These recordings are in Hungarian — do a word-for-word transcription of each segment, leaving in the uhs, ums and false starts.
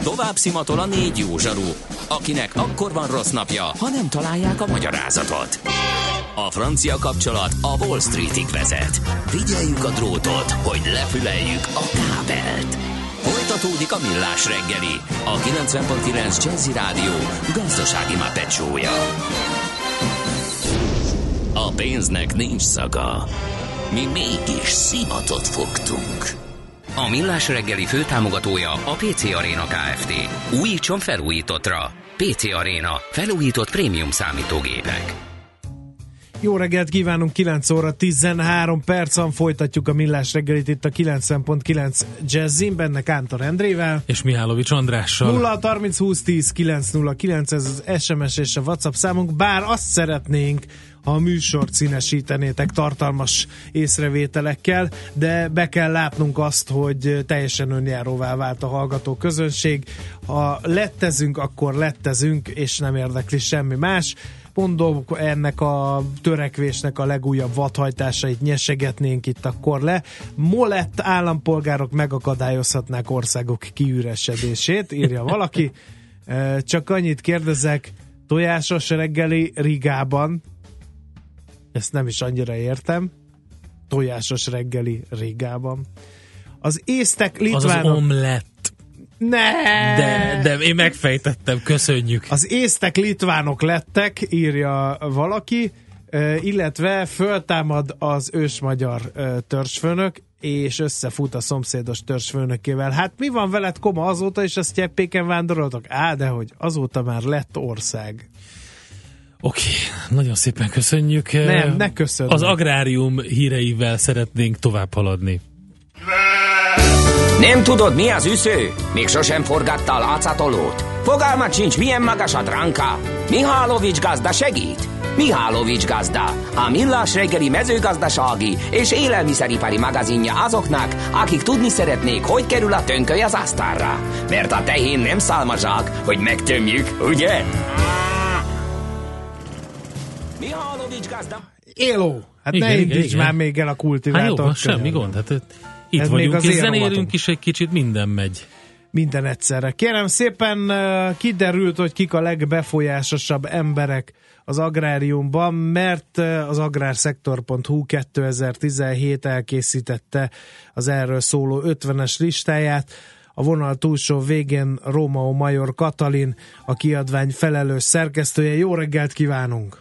Tovább szimatol a négy jó zsaru, akinek akkor van rossz napja, ha nem találják a magyarázatot. A francia kapcsolat a Wall Streetig vezet. Figyeljük a drótot, hogy lefüleljük a kábelt. Folytatódik a Millás reggeli, a kilencven pont kilenc Jazzy Rádió gazdasági mápecsója. A pénznek nincs szaga. Mi mégis szimatot fogtunk. A Millás reggeli főtámogatója a pé cé Arena Kft. Újítson felújítottra. pé cé Arena. Felújított prémium számítógépek. Jó reggelt kívánunk, kilenc óra tizenhárom percen folytatjuk a Millás reggelit itt a kilencven pont kilenc Jazzin, benne Kántor Endrével és Mihálovics Andrással. nulla harminc húsz tíz kilenc nulla kilenc, ez az es em es és a WhatsApp számunk, bár azt szeretnénk, ha a műsort színesítenétek tartalmas észrevételekkel, de be kell látnunk azt, hogy teljesen önjáróvá vált a hallgató közönség. Ha lettezünk, akkor lettezünk, és nem érdekli semmi más. Mondom, ennek a törekvésnek a legújabb vadhajtásait nyesegetnénk itt akkor le. Molett állampolgárok megakadályozhatnák országok kiüresedését, írja valaki. Csak annyit kérdezek, tojásos reggeli Rigában, ezt nem is annyira értem, tojásos reggeli Rigában. Az észtek litvánok... Az az omlett. Ne! De, de én megfejtettem, köszönjük. Az észtek litvánok lettek, írja valaki, illetve föltámad az ősmagyar törzsfőnök, és összefut a szomszédos törzsfőnökével. Hát mi van veled, koma, azóta is a sztyeppéken vándoroltak? Á, dehogy azóta már lett ország. Oké, okay, nagyon szépen köszönjük. Nem, ne köszönjük. Az agrárium híreivel szeretnénk tovább haladni. Nem tudod, mi az üsző? Még sosem forgatta a látszatolót? Fogalmat sincs, milyen magas a dránka? Mihálovics gazda segít? Mihálovics gazda, a Millás reggeli mezőgazdasági és élelmiszeripari magazinja azoknak, akik tudni szeretnék, hogy kerül a tönköly az asztalra. Mert a tehén nem szálmazsák, hogy megtömjük, ugye? Mihálovics gazda... Éló! Hát igen, ne igen, indíts igen. már még el a kultivátort. Hát jó, semmi gond. Hát itt ez vagyunk, és zenélünk rovatunk. is egy kicsit, minden megy. Minden egyszerre. Kérem szépen, kiderült, hogy kik a legbefolyásosabb emberek az agráriumban, mert az agrárszektor pont hu kétezer-tizenhét elkészítette az erről szóló ötvenes listáját. A vonal túlsó végén Rómau Major Katalin, a kiadvány felelős szerkesztője. Jó reggelt kívánunk!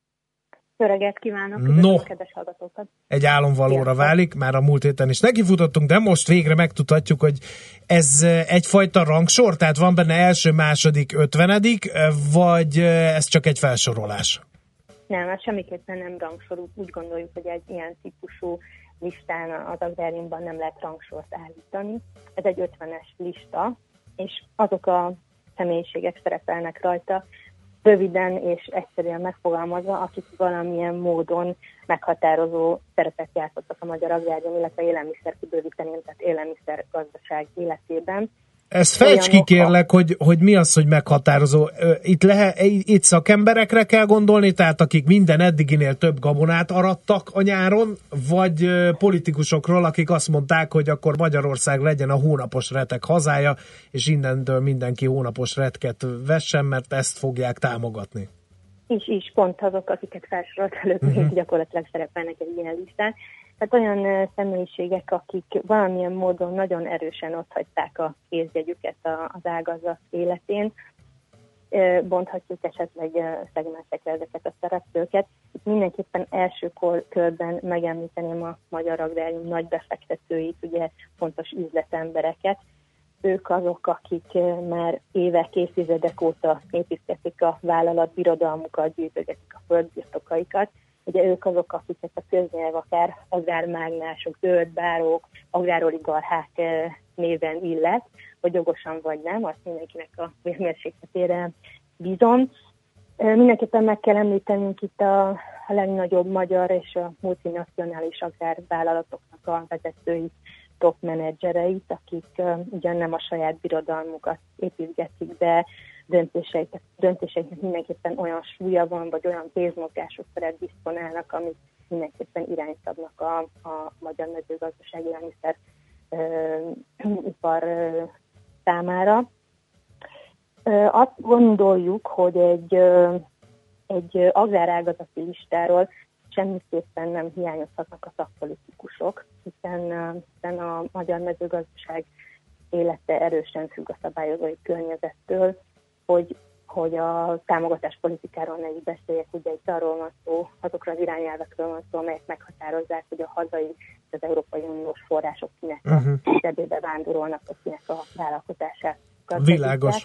Jó reggelt kívánok! No, a kedves hallgatókat! Egy álomvalóra válik, már a múlt héten is nekifutottunk, de most végre megtudhatjuk, hogy ez egyfajta rangsor, tehát van benne első, második, ötvenedik, vagy ez csak egy felsorolás? Nem, hát semmiképpen nem rangsor. Úgy gondoljuk, hogy egy ilyen típusú listán az agráriumban nem lehet rangsort állítani. Ez egy ötvenes lista, és azok a személyiségek szerepelnek rajta, röviden és egyszerűen megfogalmazva, akik valamilyen módon meghatározó szerepet játszottak a magyar agrárium, illetve élelmiszer kibővítenén, tehát élelmiszergazdaság életében. Ezt fejts ki, kérlek, hogy, hogy mi az, hogy meghatározó. Itt, lehet, itt szakemberekre kell gondolni, tehát akik minden eddiginél több gabonát arattak a nyáron, vagy politikusokról, akik azt mondták, hogy akkor Magyarország legyen a hónapos retek hazája, és innentől mindenki hónapos retket vessen, mert ezt fogják támogatni. És is pont azok, akiket felsorolt előtt, uh-huh. gyakorlatilag szerepelnek egy ilyen listán. Tehát olyan személyiségek, akik valamilyen módon nagyon erősen otthagyták a kézjegyüket az ágazat életén, bonthatjuk esetleg szegmensekre ezeket a szereplőket. Itt mindenképpen első körben megemlíteném a magyar agrárium nagy befektetőit, ugye fontos üzletembereket. Ők azok, akik már évek, évtizedek óta építkezik a vállalat birodalmukat, gyűjtögetik a földbirtokaikat. Ugye ők azok, akiket a köznyelv akár agrármágnások, zöldbárók, agrároligarchák néven illet, hogy jogosan vagy nem, azt mindenkinek a vérmérsékletére bízom. Mindenképpen meg kell említenünk itt a, a legnagyobb magyar és a multinacionális agrárvállalatoknak a vezetőit, top menedzsereit, akik uh, ugyan nem a saját birodalmukat építgetik, de döntéseiknek, döntéseiknek mindenképpen olyan súlya van, vagy olyan pénzmozgások felett diszponálnak, amik mindenképpen irányt adnak a, a magyar mezőgazdasági élelmiszer uh, ipar uh, számára. Azt gondoljuk, hogy egy, egy agrárágazati listáról semmiképpen nem hiányozhatnak a szakpolitikusok, hiszen, hiszen a magyar mezőgazdaság élete erősen függ a szabályozói környezettől, hogy, hogy a támogatás politikáról ne is beszéljek, ugye itt arról van szó, azokról az irányelvekről van szó, amelyek meghatározzák, hogy a hazai, az Európai Uniós források kinek uh-huh. a zsebébe vándorolnak, vagy kinek a vállalkozását. Világos.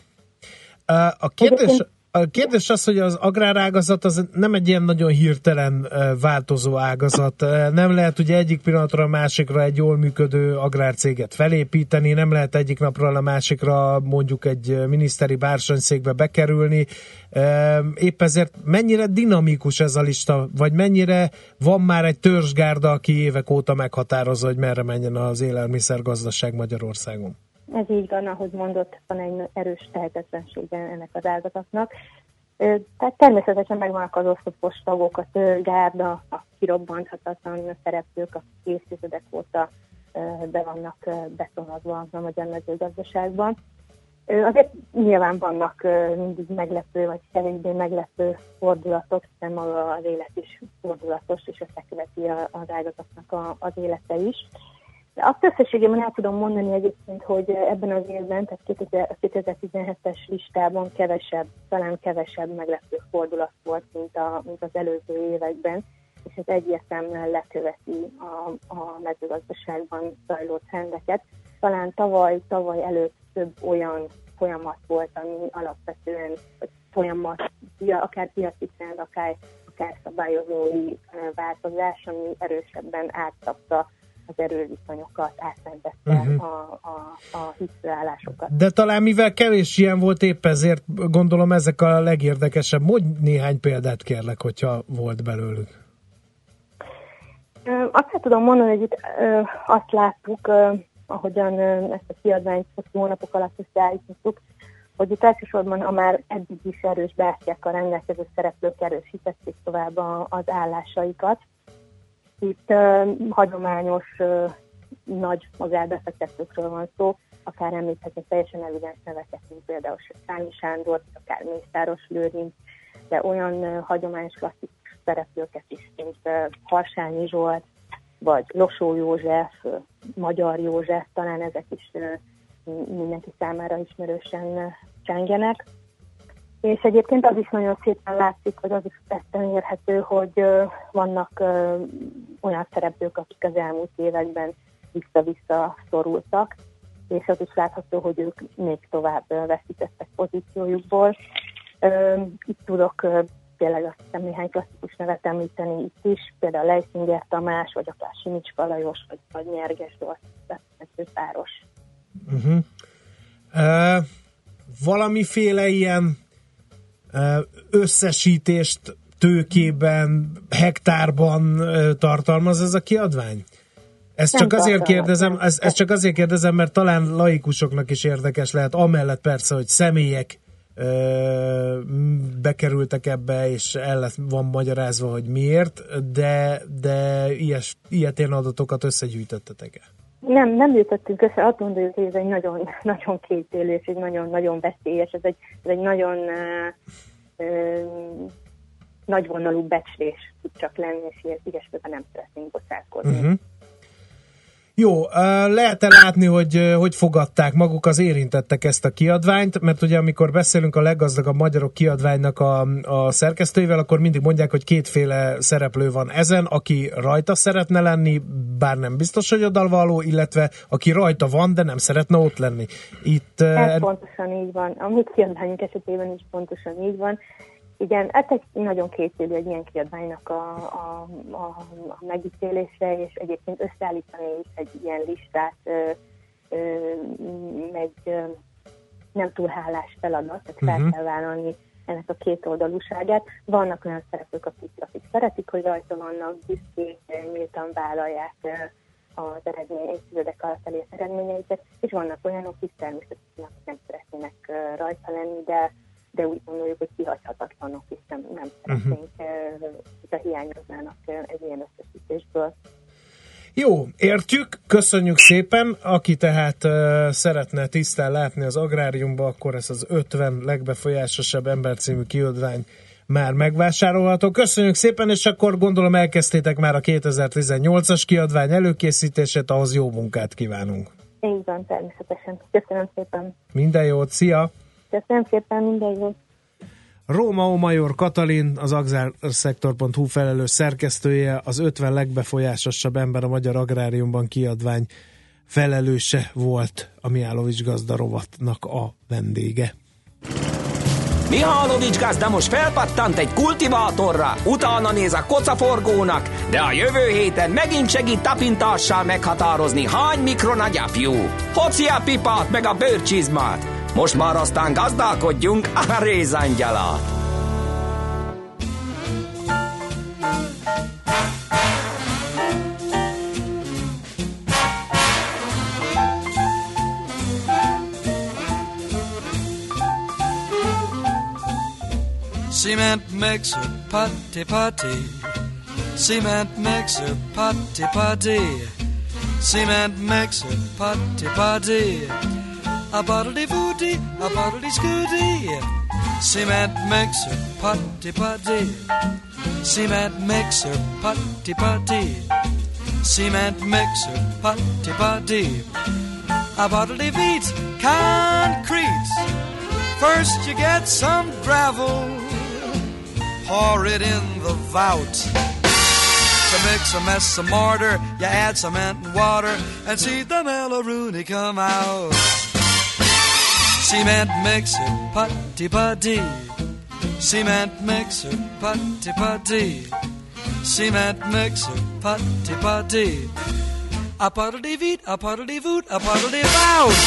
A kérdés, a kérdés az, hogy az agrárágazat az nem egy ilyen nagyon hirtelen változó ágazat. Nem lehet ugye egyik pillanatra a másikra egy jól működő agrárcéget felépíteni, nem lehet egyik napról a másikra mondjuk egy miniszteri bársonyszékbe bekerülni. Épp ezért mennyire dinamikus ez a lista, vagy mennyire van már egy törzsgárda, aki évek óta meghatározza, hogy merre menjen az élelmiszergazdaság Magyarországon? Ez így van, ahogy mondott, van egy erős tehetetlensége ennek az ágazatnak. Tehát természetesen megvannak az oszlopos tagok, a törzsgárda, a kirobbanthatatlan szereplők, akik évtizedek óta be vannak betonozva a magyar mezőgazdaságban. Azért nyilván vannak mindig meglepő, vagy kevésbé meglepő fordulatok, hiszen maga az élet is fordulatos, és összeköveti az ágazatnak az élete is. De azt összességében el tudom mondani egyébként, hogy ebben az évben, tehát a kétezer-tizenhetes listában kevesebb, talán kevesebb meglepő fordulat volt, mint, a, mint az előző években, és ez egyértelműen leköveti a, a mezőgazdaságban zajló trendeket. Talán tavaly, tavaly előtt több olyan folyamat volt, ami alapvetően folyamat, akár piaci trend, akár, akár szabályozói változás, ami erősebben átszabta az erőviszonyokat, átrendezte uh-huh. a, a, a hiszőállásokat. De talán mivel kevés ilyen volt, épp ezért gondolom ezek a legérdekesebb. Mondj néhány példát kérlek, hogyha volt belőlük. Azt sem tudom mondani, hogy itt azt láttuk, ahogyan ezt a kiadványt hosszú hónapok alatt összeállítottuk, hogy itt elsősorban a már eddig is erős bástyákkal rendelkező szereplők erősítették tovább az állásaikat. Itt uh, hagyományos, uh, nagy magábefektetőkről van szó, akár említhetnék teljesen evidens neveket, mint például Szányi Sándor, akár Mészáros Lőrinc, de olyan uh, hagyományos klasszikus szereplőket is, mint uh, Harsányi Zsolt, vagy Losó József, uh, Magyar József, talán ezek is uh, mindenki számára ismerősen uh, csengenek. És egyébként az is nagyon szépen látszik, hogy az is tetten érhető, hogy uh, vannak uh, olyan szereplők, akik az elmúlt években vissza-vissza szorultak, és az is látható, hogy ők még tovább uh, veszítettek pozíciójukból. Uh, itt tudok uh, tényleg azt hiszem néhány klasszikus nevet említeni itt is, például Lejszinger Tamás, vagy akár Simicska Lajos, vagy, vagy Nyerges Zsolt, ez páros. Uh-huh. Uh, valamiféle ilyen összesítést tőkében, hektárban tartalmaz ez a kiadvány? Ezt csak azért kérdezem, ezt, ezt csak azért kérdezem, mert talán laikusoknak is érdekes lehet, amellett persze, hogy személyek ö, bekerültek ebbe, és el lett, van magyarázva, hogy miért, de, de ilyes, ilyetén adatokat összegyűjtöttetek-e? Nem, nem gyűjtöttünk össze, azt gondoljuk, hogy ez egy nagyon, nagyon kétélő, és egy nagyon, nagyon veszélyes, ez egy, ez egy nagyon uh, uh, nagyvonalú becslés tud csak lenni, és ilyesmiben nem szeretnénk bocsátkozni. Uh-huh. Jó, lehet-e látni, hogy hogy fogadták maguk az érintettek ezt a kiadványt, mert ugye amikor beszélünk a leggazdagabb magyarok kiadványnak a, a szerkesztőivel, akkor mindig mondják, hogy kétféle szereplő van ezen, aki rajta szeretne lenni, bár nem biztos, hogy odavaló, illetve aki rajta van, de nem szeretne ott lenni. Itt, Ez pontosan így van. A mi kiadványunk esetében is pontosan így van. Igen, ez egy nagyon kétélű egy ilyen kiadványnak a, a, a, a megítélése, és egyébként összeállítani is egy ilyen listát ö, ö, egy ö, nem túl hálás feladat, tehát fel uh-huh. kell vállalni ennek a két oldalúságát. Vannak olyan szereplők, akik, akik szeretik, hogy rajta vannak, büszkék, nyíltan vállalják az eredmény, évtizedek alatt elért eredményeiket, és vannak olyanok, akik természetesen nem szeretnének rajta lenni, de de úgy gondoljuk, hogy kihagyhatatlanok, hiszen nem szeretnénk, uh-huh. hogyha hiányoznának egy ilyen összesítésből. Jó, értjük, köszönjük szépen. Aki tehát uh, szeretne tisztán látni az agráriumba, akkor ez az ötven legbefolyásosabb ember című kiadvány már megvásárolható. Köszönjük szépen, és akkor gondolom elkezdtétek már a kétezer-tizennyolcas kiadvány előkészítését, ahhoz jó munkát kívánunk. Így van, természetesen. Köszönöm szépen. Minden jót, szia! Köszönöm szépen, minden jót. Róma Major Katalin, az agrárszektor pont hu felelős szerkesztője, az ötven legbefolyásosabb ember a magyar agráriumban kiadvány felelőse volt a Mihálovics Gazda rovatnak a vendége. Mihálovics gazda most felpattant egy kultivátorra, utána néz a kocaforgónak, de a jövő héten megint segít tapintással meghatározni, hány mikron a gyapjú. Hoci a pipát meg a bőrcsizmát. Most már aztán gazdálkodjunk a rézangyalát. Cement mixer, putty putty. Cement mixer, putty putty. Cement mixer, putty putty. A bottle booty, a bottle scooty. Cement mixer, putty putty. Cement mixer, putty putty. Cement mixer, putty putty. A bottle beat concrete. First you get some gravel, pour it in the vout. To mix a mess of mortar, you add cement and water, and see the Mellaroonie come out. Cement mixer, putty putty. Cement mixer, putty putty. Cement mixer, putty putty. A puddle veet, a puddle voot, a puddle vout.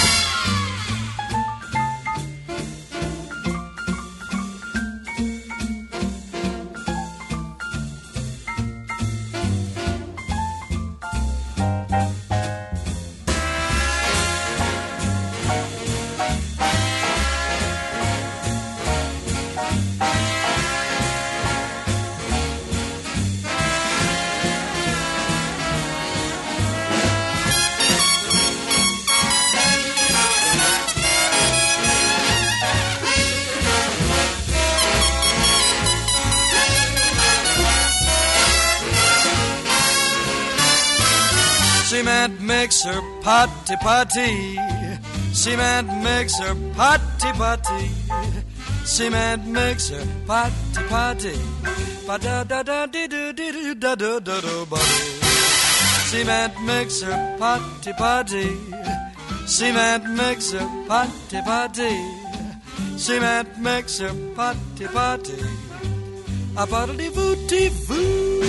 Cement mixer, putty putty. Cement mixer, putty putty. Cement mixer, putty putty. Ba da da da di do di do da da da da ba. Cement mixer, putty putty. Cement mixer, putty putty. Cement mixer, putty putty. A bottle vooty voo.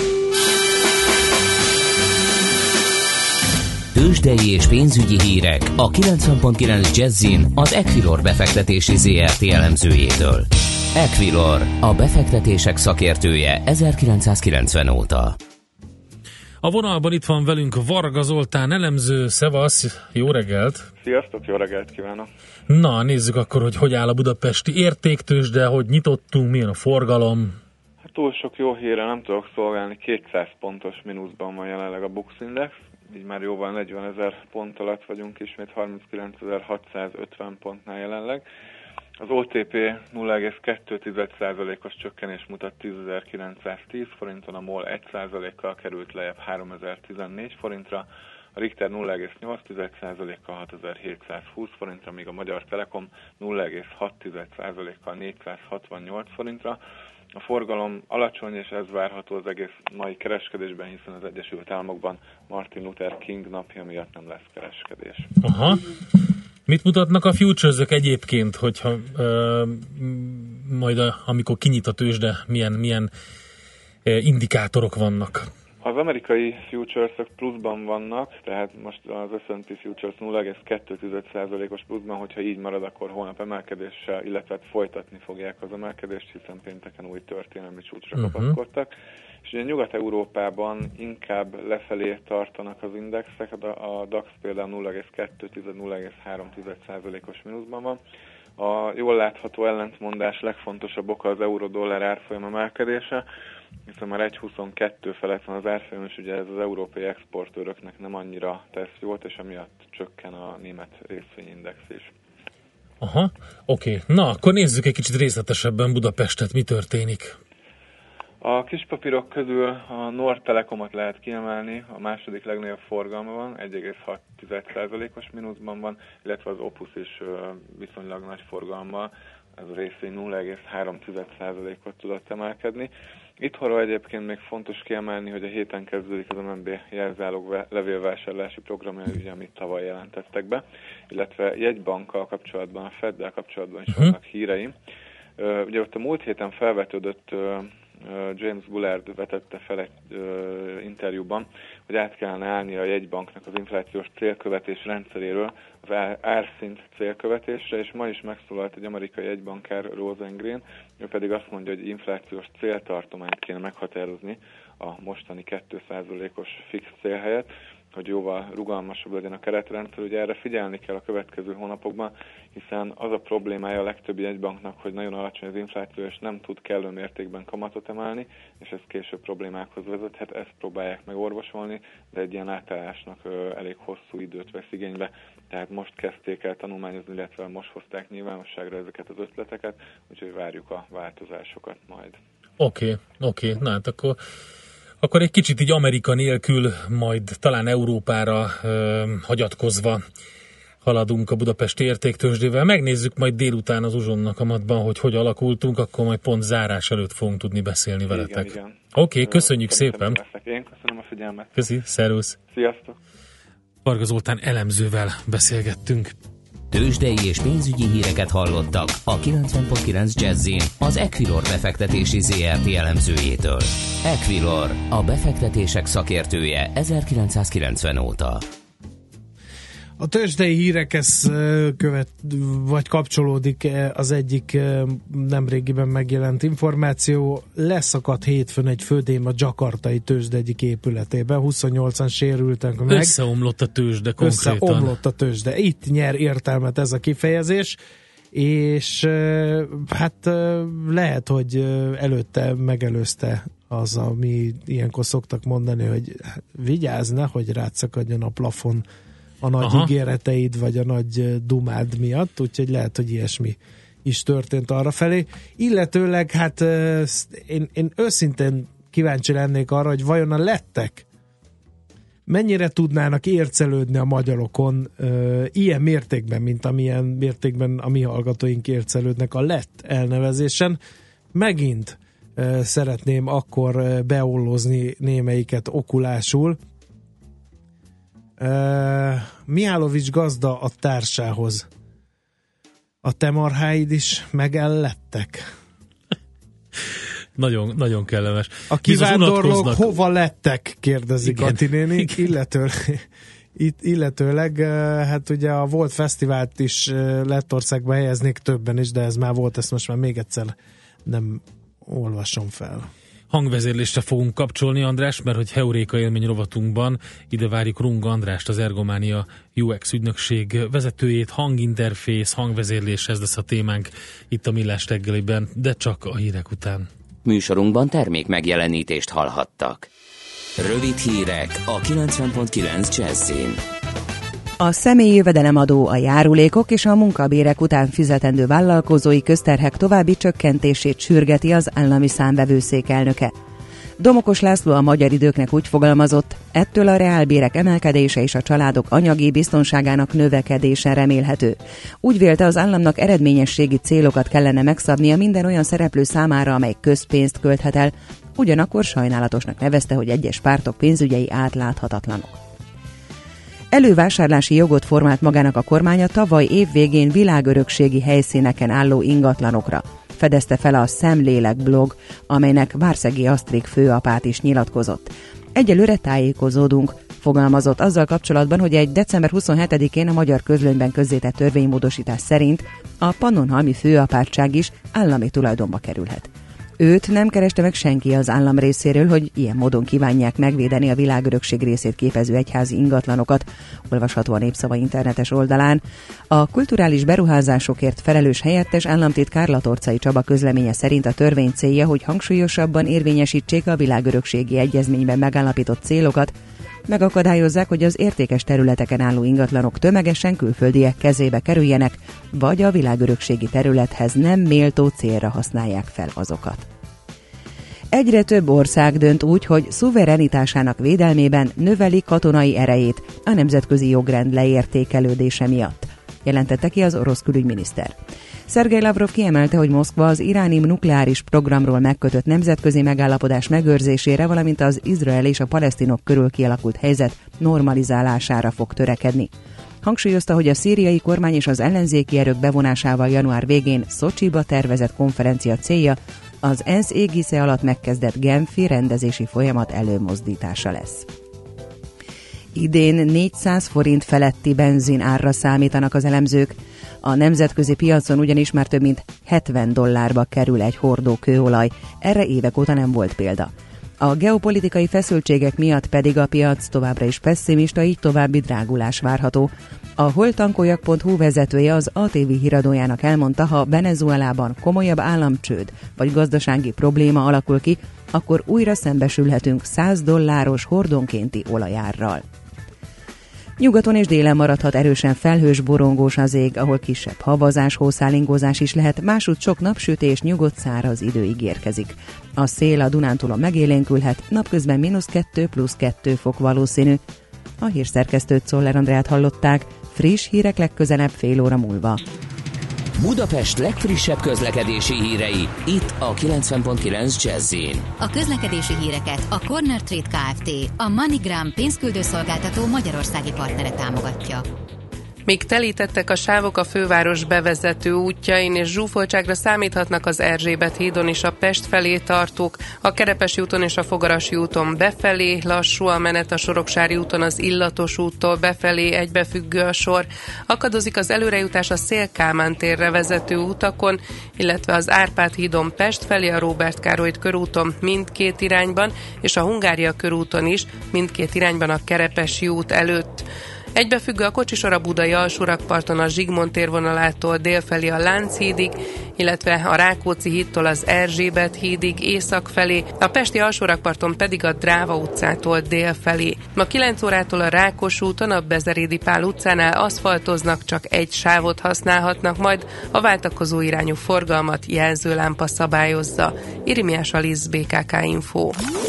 Tőzsdei és pénzügyi hírek a kilencven pont kilenc Jazzin az Equilor befektetési zé er té elemzőjétől. Equilor, a befektetések szakértője ezerkilencszázkilencven óta. A vonalban itt van velünk Varga Zoltán elemző. Szevasz, jó reggelt! Sziasztok, jó reggelt kívánok! Na, nézzük akkor, hogy hogy áll a budapesti értéktőzsde, hogy nyitottunk, milyen a forgalom. Hát túl sok jó hírre nem tudok szolgálni, kétszáz pontos mínuszban van jelenleg a Bux Index, így már jóval negyvenezer pont alatt vagyunk, ismét harminckilencezer-hatszázötven pontnál jelenleg. Az o té pé nulla egész kettő százalékos csökkenés mutat tízezer-kilencszáztíz forinton, a MOL egy százalékkal került lejjebb háromezer-tizennégy forintra, a Richter nulla egész nyolc százalékkal hatezer-hétszázhúsz forintra, míg a Magyar Telekom nulla egész hat százalékkal négyszázhatvannyolc forintra. A forgalom alacsony, és ez várható az egész mai kereskedésben, hiszen az Egyesült Államokban Martin Luther King napja miatt nem lesz kereskedés. Aha. Mit mutatnak a futures-ök egyébként, hogyha ö, majd a, amikor kinyit a tőzsde, milyen, milyen ö, indikátorok vannak? Az amerikai futures-ök pluszban vannak, tehát most az es and pé futures nulla egész kettő százalékos pluszban, hogyha így marad, akkor holnap emelkedéssel, illetve folytatni fogják az emelkedést, hiszen pénteken új történelmi csúcsra uh-huh. kapaszkodtak. És ugye Nyugat-Európában inkább lefelé tartanak az indexek, a DAX például nulla egész kettő - nulla egész három százalékos mínuszban van. A jól látható ellentmondás legfontosabb oka az euró-dollár árfolyam emelkedése, hiszen már egy huszonkettő felett van az árfolyam, és ugye ez az európai exportőröknek nem annyira tesz jót, és emiatt csökken a német részvényindex is. Aha, oké. Okay. Na, akkor nézzük egy kicsit részletesebben Budapestet, mi történik. A kispapírok közül a Nord Telekomot lehet kiemelni, a második legnagyobb forgalma van, egy egész hat százalékos mínuszban van, illetve az Opus is viszonylag nagy forgalommal, ez a részvény nulla egész három százalékot tudott emelkedni. Itthonról egyébként még fontos kiemelni, hogy a héten kezdődik az em en bé jelzálog levélvásárlási programja, ugye, amit tavaly jelentettek be, illetve jegybankkal kapcsolatban, a Feddel kapcsolatban is uh-huh. vannak híreim. Ugye ott a múlt héten felvetődött, James Bullard vetette fel egy uh, interjúban, hogy át kellene állni a jegybanknak az inflációs célkövetés rendszeréről az árszint célkövetésre, és ma is megszólalt egy amerikai jegybankár, Rosengren, ő pedig azt mondja, hogy inflációs céltartományt kéne meghatározni a mostani két százalékos fix cél helyett, hogy jóval rugalmasabb legyen a keretrendszer. Ugye erre figyelni kell a következő hónapokban, hiszen az a problémája a legtöbb jegybanknak, hogy nagyon alacsony az infláció, és nem tud kellő mértékben kamatot emelni, és ez később problémákhoz vezethet. Ezt próbálják meg orvosolni, de egy ilyen átállásnak elég hosszú időt vesz igénybe. Tehát most kezdték el tanulmányozni, illetve most hozták nyilvánosságra ezeket az ötleteket, úgyhogy várjuk a változásokat majd. Oké, okay, oké. Okay. Na hát akkor... Akkor egy kicsit így Amerika nélkül, majd talán Európára ö, hagyatkozva haladunk a budapesti értéktőzsdével. Megnézzük majd délután az uzsonnak amatban, hogy hogy alakultunk, akkor majd pont zárás előtt fogunk tudni beszélni veletek. Oké, okay, köszönjük szépen. Én köszönöm a figyelmet. Köszi, szervusz. Sziasztok. Varga Zoltán elemzővel beszélgettünk. Tőzsdei és pénzügyi híreket hallottak a kilencven pont kilenc Jazzin az Equilor befektetési zé er té elemzőjétől. Equilor, a befektetések szakértője ezerkilencszázkilencven óta. A tőzsdei hírekhez követ, vagy kapcsolódik az egyik nemrégiben megjelent információ. Leszakadt hétfőn egy fődém a Jakartai tőzsde egyik épületében. huszonnyolcan sérültek meg. Összeomlott a tőzsde konkrétan. Összeomlott a tőzsde. Itt nyer értelmet ez a kifejezés, és hát lehet, hogy előtte megelőzte az, ami ilyenkor szoktak mondani, hogy vigyázz, nehogy rátszakadjon a plafon a nagy Aha. ígéreteid, vagy a nagy dumád miatt, úgyhogy lehet, hogy ilyesmi is történt arrafelé. Illetőleg, hát én, én őszintén kíváncsi lennék arra, hogy vajon a lettek mennyire tudnának ércelődni a magyarokon ö, ilyen mértékben, mint amilyen mértékben a mi hallgatóink ércelődnek a lett elnevezésen. Megint ö, szeretném akkor beollozni némelyiket okulásul. Uh, Mihálovics gazda a társához. A te marháid is megellettek? Nagyon, nagyon kellemes. A kivándorlók hova lettek? Kérdezik Ati néni. Illetőleg, illetőleg, hát ugye a Volt Fesztivált is Lettországba helyeznék többen is, de ez már volt, ezt most már még egyszer nem olvasom fel. Hangvezérlésre fogunk kapcsolni, András, mert hogy Heuréka élmény rovatunkban ide várjuk Runga Andrást, az Ergománia u eksz ügynökség vezetőjét. Hanginterfész, hangvezérlés, ez lesz a témánk itt a Millás reggeliben, de csak a hírek után. Műsorunkban termék megjelenítést hallhattak. Rövid hírek a kilencven pont kilenc Jazzin. A személyi jövedelemadó, a járulékok és a munkabérek után fizetendő vállalkozói közterhek további csökkentését sürgeti az állami számvevőszék elnöke. Domokos László a Magyar Időknek úgy fogalmazott, ettől a reálbérek emelkedése és a családok anyagi biztonságának növekedése remélhető. Úgy vélte, az államnak eredményességi célokat kellene megszabnia minden olyan szereplő számára, amely közpénzt költhet el, ugyanakkor sajnálatosnak nevezte, hogy egyes pártok pénzügyei átláthatatlanok. Elővásárlási jogot formált magának a kormánya tavaly év végén világörökségi helyszíneken álló ingatlanokra. Fedezte fel a Szemlélek blog, amelynek Várszegi Asztrik főapát is nyilatkozott. Egyelőre tájékozódunk, fogalmazott azzal kapcsolatban, hogy egy december huszonhetedikén a Magyar Közlönyben közzétett törvénymódosítás szerint a Pannonhalmi főapátság is állami tulajdonba kerülhet. Őt nem kereste meg senki az állam részéről, hogy ilyen módon kívánják megvédeni a világörökség részét képező egyházi ingatlanokat, olvasható a Népszava internetes oldalán. A kulturális beruházásokért felelős helyettes államtitkár Latorcai Csaba közleménye szerint a törvény célja, hogy hangsúlyosabban érvényesítsék a világörökségi egyezményben megállapított célokat, megakadályozzák, hogy az értékes területeken álló ingatlanok tömegesen külföldiek kezébe kerüljenek, vagy a világörökségi területhez nem méltó célra használják fel azokat. Egyre több ország dönt úgy, hogy szuverenitásának védelmében növeli katonai erejét a nemzetközi jogrend leértékelődése miatt, jelentette ki az orosz külügyminiszter. Szergej Lavrov kiemelte, hogy Moszkva az iráni nukleáris programról megkötött nemzetközi megállapodás megőrzésére, valamint az izrael és a palesztinok körül kialakult helyzet normalizálására fog törekedni. Hangsúlyozta, hogy a szíriai kormány és az ellenzéki erők bevonásával január végén Szocsiba tervezett konferencia célja az ENSZ égisze alatt megkezdett genfi rendezési folyamat előmozdítása lesz. Idén négyszáz forint feletti benzin árra számítanak az elemzők. A nemzetközi piacon ugyanis már több mint hetven dollárba kerül egy hordó kőolaj, erre évek óta nem volt példa. A geopolitikai feszültségek miatt pedig a piac továbbra is pesszimista, így további drágulás várható. A holtankoljak pont hu vezetője az á té vé híradójának elmondta, ha Venezuelában komolyabb államcsőd vagy gazdasági probléma alakul ki, akkor újra szembesülhetünk száz dolláros hordonkénti olajárral. Nyugaton és délen maradhat erősen felhős, borongós az ég, ahol kisebb havazás, hószálingózás is lehet, másútt sok napsütés, nyugodt száraz idő ígérkezik. A szél a Dunántúlon megélénkülhet, napközben mínusz kettő plusz kettő fok valószínű. A hírszerkesztőt, Czoller Andrát hallották, friss hírek legközelebb fél óra múlva. Budapest legfrissebb közlekedési hírei, itt a kilencven pont kilenc Jazz-in. A közlekedési híreket a Corner Trade Kft., a MoneyGram pénzküldőszolgáltató magyarországi partnere támogatja. Míg telítettek a sávok a főváros bevezető útjain, és zsúfoltságra számíthatnak az Erzsébet hídon és a Pest felé tartók, a Kerepesi úton és a Fogarasi úton befelé, lassú a menet a Soroksári úton az Illatos úttól befelé, egybefüggő a sor. Akadozik az előrejutás a Széll-Kálmán térre vezető utakon, illetve az Árpád hídon Pest felé, a Róbert Károly körúton mindkét irányban, és a Hungária körúton is mindkét irányban a Kerepesi út előtt. Egybefüggő a kocsisor a budai alsórakparton a Zsigmond térvonalától délfelé a Lánchídig, illetve a Rákóczi hídtól az Erzsébet hídig észak felé, a pesti alsórakparton pedig a Dráva utcától délfelé. Ma kilenc órától a Rákos úton a Bezerédi Pál utcánál aszfaltoznak, csak egy sávot használhatnak, majd a váltakozó irányú forgalmat jelzőlámpa szabályozza. Irimiás Alisz, bé ká ká Info.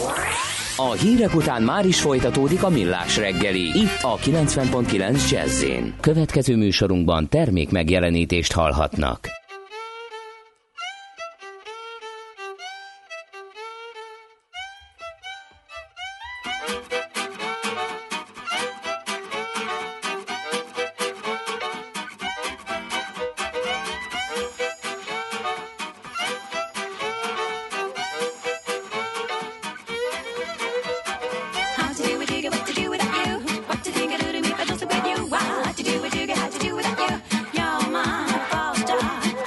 A hírek után már is folytatódik a Millás reggeli, itt a kilencven pont kilenc Jazz-in. Következő műsorunkban termék megjelenítést hallhatnak. What to do with you, how to do without you, you're my all-star.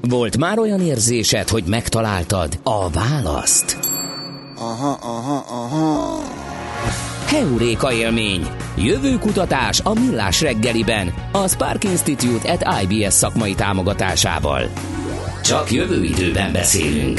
Volt már olyan érzésed, hogy megtaláltad a választ? Aha, aha, aha. Heuréka élmény. Jövőkutatás a Millás reggeliben. A Spark Institute at I B S szakmai támogatásával. Csak jövő időben beszélünk.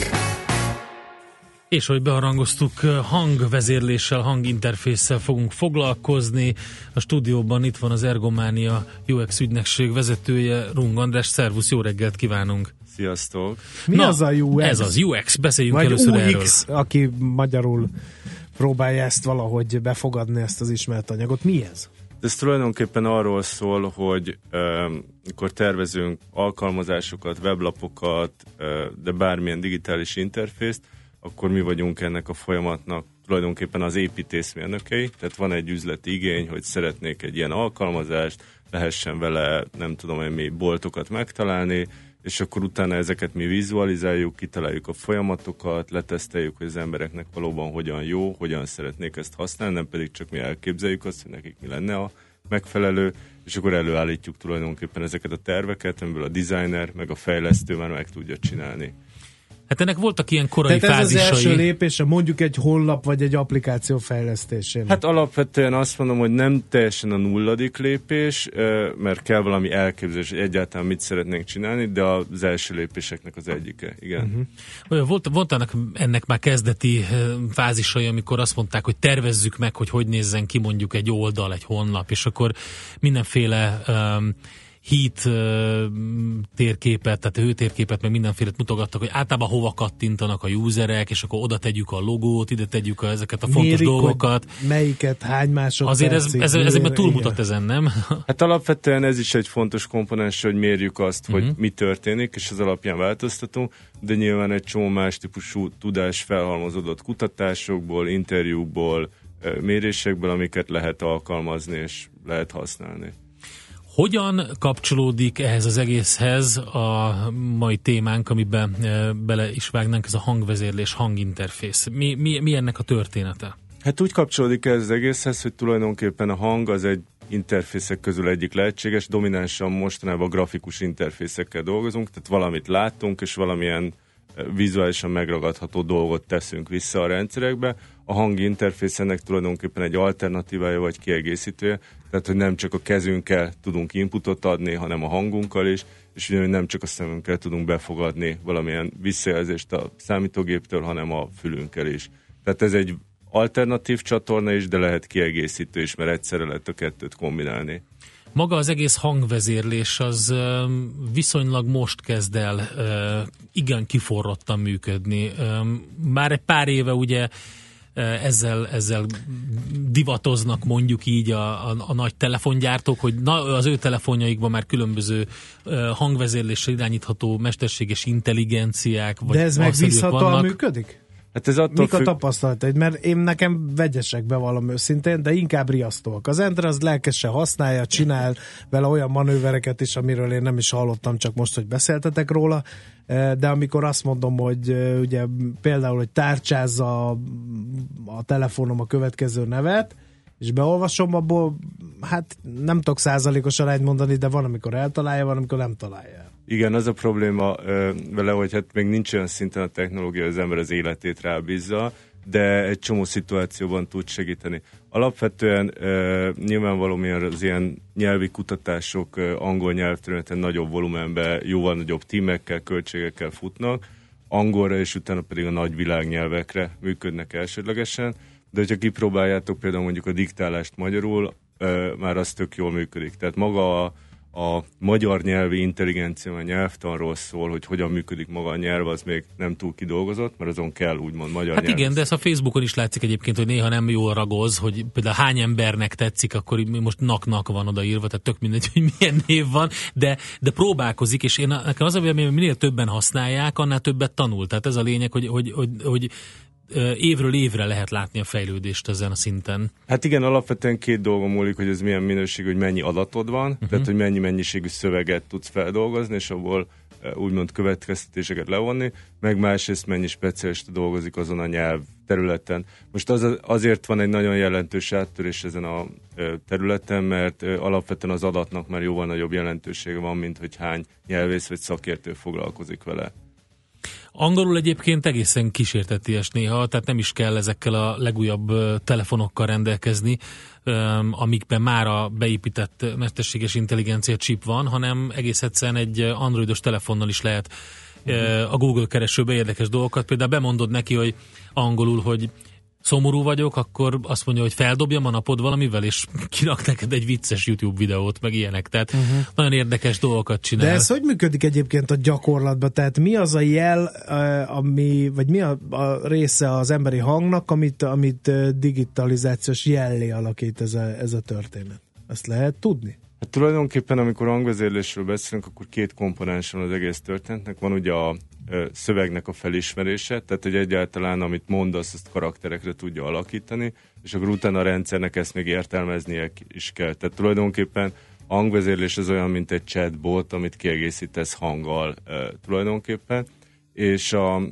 És hogy beharangoztuk, hangvezérléssel, hanginterfésszel fogunk foglalkozni. A stúdióban itt van az Ergománia U X ügynökség vezetője, Rung András. Szervusz, jó reggelt kívánunk! Sziasztok! Mi Na, az a U X? Ez az U X, beszéljünk vagy először U X, erről. aki magyarul próbálja ezt valahogy befogadni, ezt az ismert anyagot. Mi ez? Ez tulajdonképpen arról szól, hogy amikor um, tervezünk alkalmazásokat, weblapokat, uh, de bármilyen digitális interfészt, akkor mi vagyunk ennek a folyamatnak tulajdonképpen az építészmérnökei. Tehát van egy üzleti igény, hogy szeretnék egy ilyen alkalmazást, lehessen vele, nem tudom én mi, boltokat megtalálni, és akkor utána ezeket mi vizualizáljuk, kitaláljuk a folyamatokat, leteszteljük, hogy az embereknek valóban hogyan jó, hogyan szeretnék ezt használni, nem pedig csak mi elképzeljük azt, hogy nekik mi lenne a megfelelő, és akkor előállítjuk tulajdonképpen ezeket a terveket, amiből a designer meg a fejlesztő már meg tudja csinálni. Hát ennek voltak ilyen korai Tehát ez fázisai. az első lépése mondjuk egy honlap vagy egy applikáció fejlesztésének. Hát alapvetően azt mondom, hogy nem teljesen a nulladik lépés, mert kell valami elképzelés, hogy egyáltalán mit szeretnénk csinálni, de az első lépéseknek az egyike, igen. Uh-huh. Volt, voltanak ennek már kezdeti fázisai, amikor azt mondták, hogy tervezzük meg, hogy hogy nézzen ki mondjuk egy oldal, egy honlap, és akkor mindenféle um, heat uh, térképet, tehát hőtérképet, meg mindenfélet mutogattak, hogy általában hova kattintanak a userek, és akkor oda tegyük a logót, ide tegyük a, ezeket a fontos Mérik, dolgokat. Melyiket, hány másodpercig. Azért ez, ez, ez, ez már túlmutat ezen, nem? Hát alapvetően ez is egy fontos komponens, hogy mérjük azt, hogy uh-huh. mi történik, és az alapján változtatunk, de nyilván egy csomó más típusú tudás felhalmozódott kutatásokból, interjúkból, mérésekből, amiket lehet alkalmazni és lehet használni. Hogyan kapcsolódik ehhez az egészhez a mai témánk, amiben e, bele is vágnánk, ez a hangvezérlés, hanginterfész? Mi, mi, mi ennek a története? Hát úgy kapcsolódik ez az egészhez, hogy tulajdonképpen a hang az egy interfészek közül egyik lehetséges, dominánsan mostanában grafikus interfészekkel dolgozunk, tehát valamit látunk, és valamilyen vizuálisan megragadható dolgot teszünk vissza a rendszerekbe. A hanginterfész ennek tulajdonképpen egy alternatívája vagy kiegészítője, tehát hogy nem csak a kezünkkel tudunk inputot adni, hanem a hangunkkal is, és ugyanúgy nem csak a szemünkkel tudunk befogadni valamilyen visszajelzést a számítógéptől, hanem a fülünkkel is. Tehát ez egy alternatív csatorna is, de lehet kiegészítő is, mert egyszerre lehet a kettőt kombinálni. Maga az egész hangvezérlés az viszonylag most kezd el igen kiforrottan működni. Már egy pár éve ugye ezzel, ezzel divatoznak mondjuk így a, a, a nagy telefongyártók, hogy na, az ő telefonjaikban már különböző hangvezérléssel irányítható mesterséges intelligenciák. Vagy de ez megbízhatóan működik? Hát ez attól Mik függ... a tapasztalataid? Mert én nekem vegyesek, bevallom őszintén, de inkább riasztóak. Az Enter az lelkesen használja, csinál vele olyan manővereket is, amiről én nem is hallottam, csak most, hogy beszéltetek róla, de amikor azt mondom, hogy ugye például, hogy tárcsázza a, a telefonom a következő nevet, és beolvasom, abból hát nem tudok százalékos arányt mondani, de van, amikor eltalálja, van, amikor nem találja el. Igen, az a probléma ö, vele, hogy hát még nincs olyan szinten a technológia, az ember az életét rábízza, de egy csomó szituációban tud segíteni. Alapvetően ö, nyilvánvaló, milyen az ilyen nyelvi kutatások ö, angol nyelvterületen nagyobb volumenben, jóval nagyobb tímekkel, költségekkel futnak, angolra és utána pedig a nagy világnyelvekre működnek elsődlegesen, de hogyha kipróbáljátok például mondjuk a diktálást magyarul, ö, már az tök jól működik. Tehát maga a A magyar nyelvi intelligencia, a nyelvtanról szól, hogy hogyan működik maga a nyelv, az még nem túl kidolgozott, mert azon kell úgymond magyar Hát nyelv. igen, de ez a Facebookon is látszik egyébként, hogy néha nem jól ragoz, hogy például hány embernek tetszik, akkor most nak-nak van odaírva, tehát tök mindegy, hogy milyen név van, de, de próbálkozik, és én nekem az a véleményem, hogy minél többen használják, annál többet tanul. Tehát ez a lényeg, hogy, hogy, hogy, hogy évről évre lehet látni a fejlődést ezen a szinten. Hát igen, alapvetően két dolgon múlik, hogy ez milyen minőség, hogy mennyi adatod van, uh-huh. tehát hogy mennyi mennyiségű szöveget tudsz feldolgozni, és abból úgymond következtetéseket levonni, meg másrészt mennyi specialista dolgozik azon a nyelv területen. Most az, azért van egy nagyon jelentős áttörés ezen a területen, mert alapvetően az adatnak már jóval nagyobb jelentősége van, mint hogy hány nyelvész vagy szakértő foglalkozik vele. Angolul egyébként egészen kísérteties néha, tehát nem is kell ezekkel a legújabb telefonokkal rendelkezni, amikben már a beépített mesterséges intelligencia chip van, hanem egész egyszerűen egy androidos telefonnal is lehet a Google keresőbe érdekes dolgokat. Például bemondod neki, hogy angolul, hogy szomorú vagyok, akkor azt mondja, hogy feldobjam a napod valamivel, és kirak neked egy vicces YouTube videót, meg ilyenek. Tehát uh-huh. nagyon érdekes dolgokat csinál. De ez hogy működik egyébként a gyakorlatban? Tehát mi az a jel, ami, vagy mi a, a része az emberi hangnak, amit, amit digitalizációs jellé alakít ez a, ez a történet? Ezt lehet tudni? Hát tulajdonképpen, amikor hangvezérlésről beszélünk, akkor két komponens van az egész történetnek. Van ugye a szövegnek a felismerése, tehát hogy egyáltalán amit mondasz, azt karakterekre tudja alakítani, és akkor utána a rendszernek ezt még értelmeznie is kell. Tehát tulajdonképpen a hangvezérlés az olyan, mint egy chatbot, amit kiegészítesz hanggal e, tulajdonképpen, és a,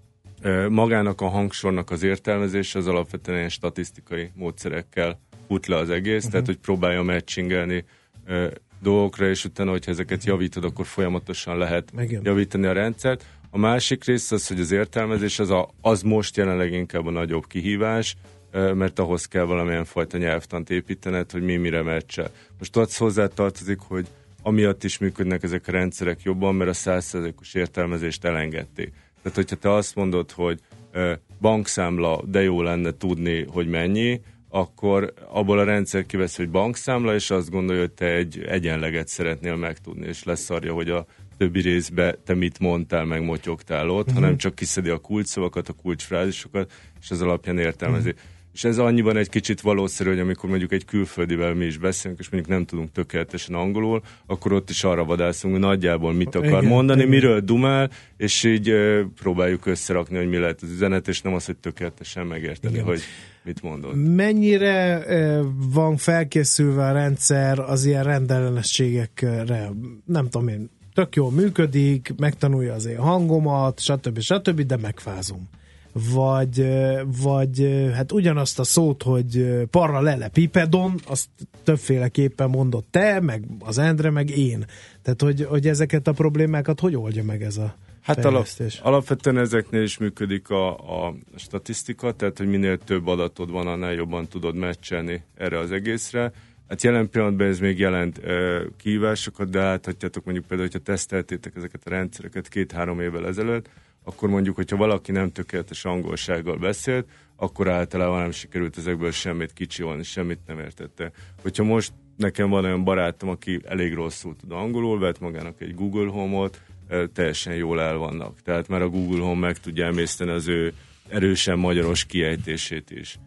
e, magának a hangsornak az értelmezése az alapvetően ilyen statisztikai módszerekkel fut le az egész, uh-huh. tehát hogy próbálja matchingelni e, dolgokra, és utána, hogyha ezeket javítod, akkor folyamatosan lehet Megint. javítani a rendszert. A másik rész az, hogy az értelmezés az, a, az most jelenleg inkább a nagyobb kihívás, mert ahhoz kell valamilyen fajta nyelvtant építened, hogy mi mire meccsel. Most ott hozzá tartozik, hogy amiatt is működnek ezek a rendszerek jobban, mert a száz százalékos értelmezést elengedték. Tehát, hogyha te azt mondod, hogy bankszámla, de jó lenne tudni, hogy mennyi, akkor abból a rendszer kivesz, hogy bankszámla, és azt gondolja, hogy te egy egyenleget szeretnél megtudni, és leszarja, hogy a többi részbe te mit mondtál, meg motyogtál ott, uh-huh. hanem csak kiszedi a kulcsszavakat, a kulcsfrázisokat, és az alapján értelmezi. Uh-huh. És ez annyiban egy kicsit valószerű, hogy amikor mondjuk egy külföldivel mi is beszélünk, és mondjuk nem tudunk tökéletesen angolul, akkor ott is arra vadászunk, hogy nagyjából mit akar igen, mondani, igen. miről dumál, és így uh, próbáljuk összerakni, hogy mi lehet az üzenet, és nem az, hogy tökéletesen megérteni, igen. hogy mit mondod. Mennyire uh, van felkészülve a rendszer az ilyen rendellenességekre? Nem tudom én, tök jól működik, megtanulja az én hangomat, stb. stb., de megfázom. Vagy, vagy hát ugyanazt a szót, hogy parallelelepipedon, azt többféleképpen mondod te, meg az Endre, meg én. Tehát, hogy, hogy ezeket a problémákat hogy oldja meg ez a Hát alap, alapvetően ezeknél is működik a, a statisztika, tehát, hogy minél több adatod van, annál jobban tudod meccselni erre az egészre. Hát jelen pillanatban ez még jelent uh, kihívásokat, de láthatjátok mondjuk például, hogyha teszteltétek ezeket a rendszereket két-három évvel ezelőtt, akkor mondjuk, hogyha valaki nem tökéletes angolsággal beszélt, akkor általában nem sikerült ezekből semmit kicsiolni, semmit nem értette. Hogyha most nekem van olyan barátom, aki elég rosszul tud angolul, vett magának egy Google Home-ot, teljesen jól el vannak. Tehát már a Google Home meg tudja emészteni az ő erősen magyaros kiejtését is.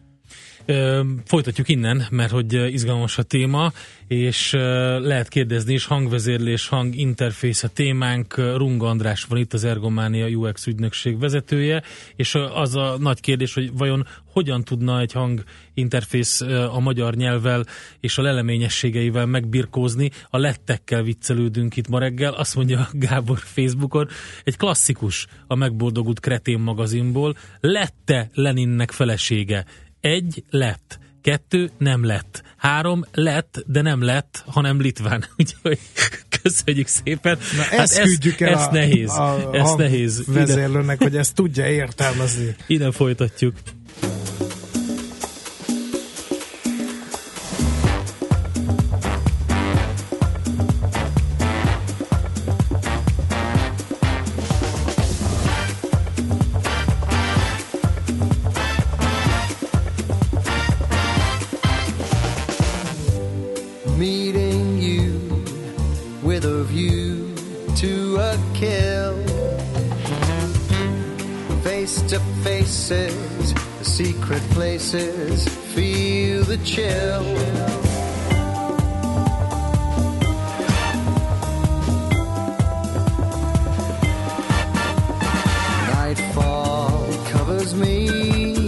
Folytatjuk innen, mert hogy izgalmas a téma, és lehet kérdezni is, hangvezérlés, hanginterfész a témánk. Runga András van itt, az Ergománia u exo ügynökség vezetője, és az a nagy kérdés, hogy vajon hogyan tudna egy hanginterfész a magyar nyelvvel és a leleményességeivel megbirkózni. A lettekkel viccelődünk itt ma reggel, azt mondja Gábor Facebookon, egy klasszikus a Megboldogult Kretén magazinból, Lette Leninnek felesége. Egy lett, kettő nem lett, három lett, de nem lett, hanem litván. Úgyhogy köszönjük szépen. Na hát ezt küldjük el ez a, nehéz, a, ez a nehéz. vezérlőnek, hogy ezt tudja értelmezni. Innen folytatjuk. Secret places, feel the chill. Nightfall covers me,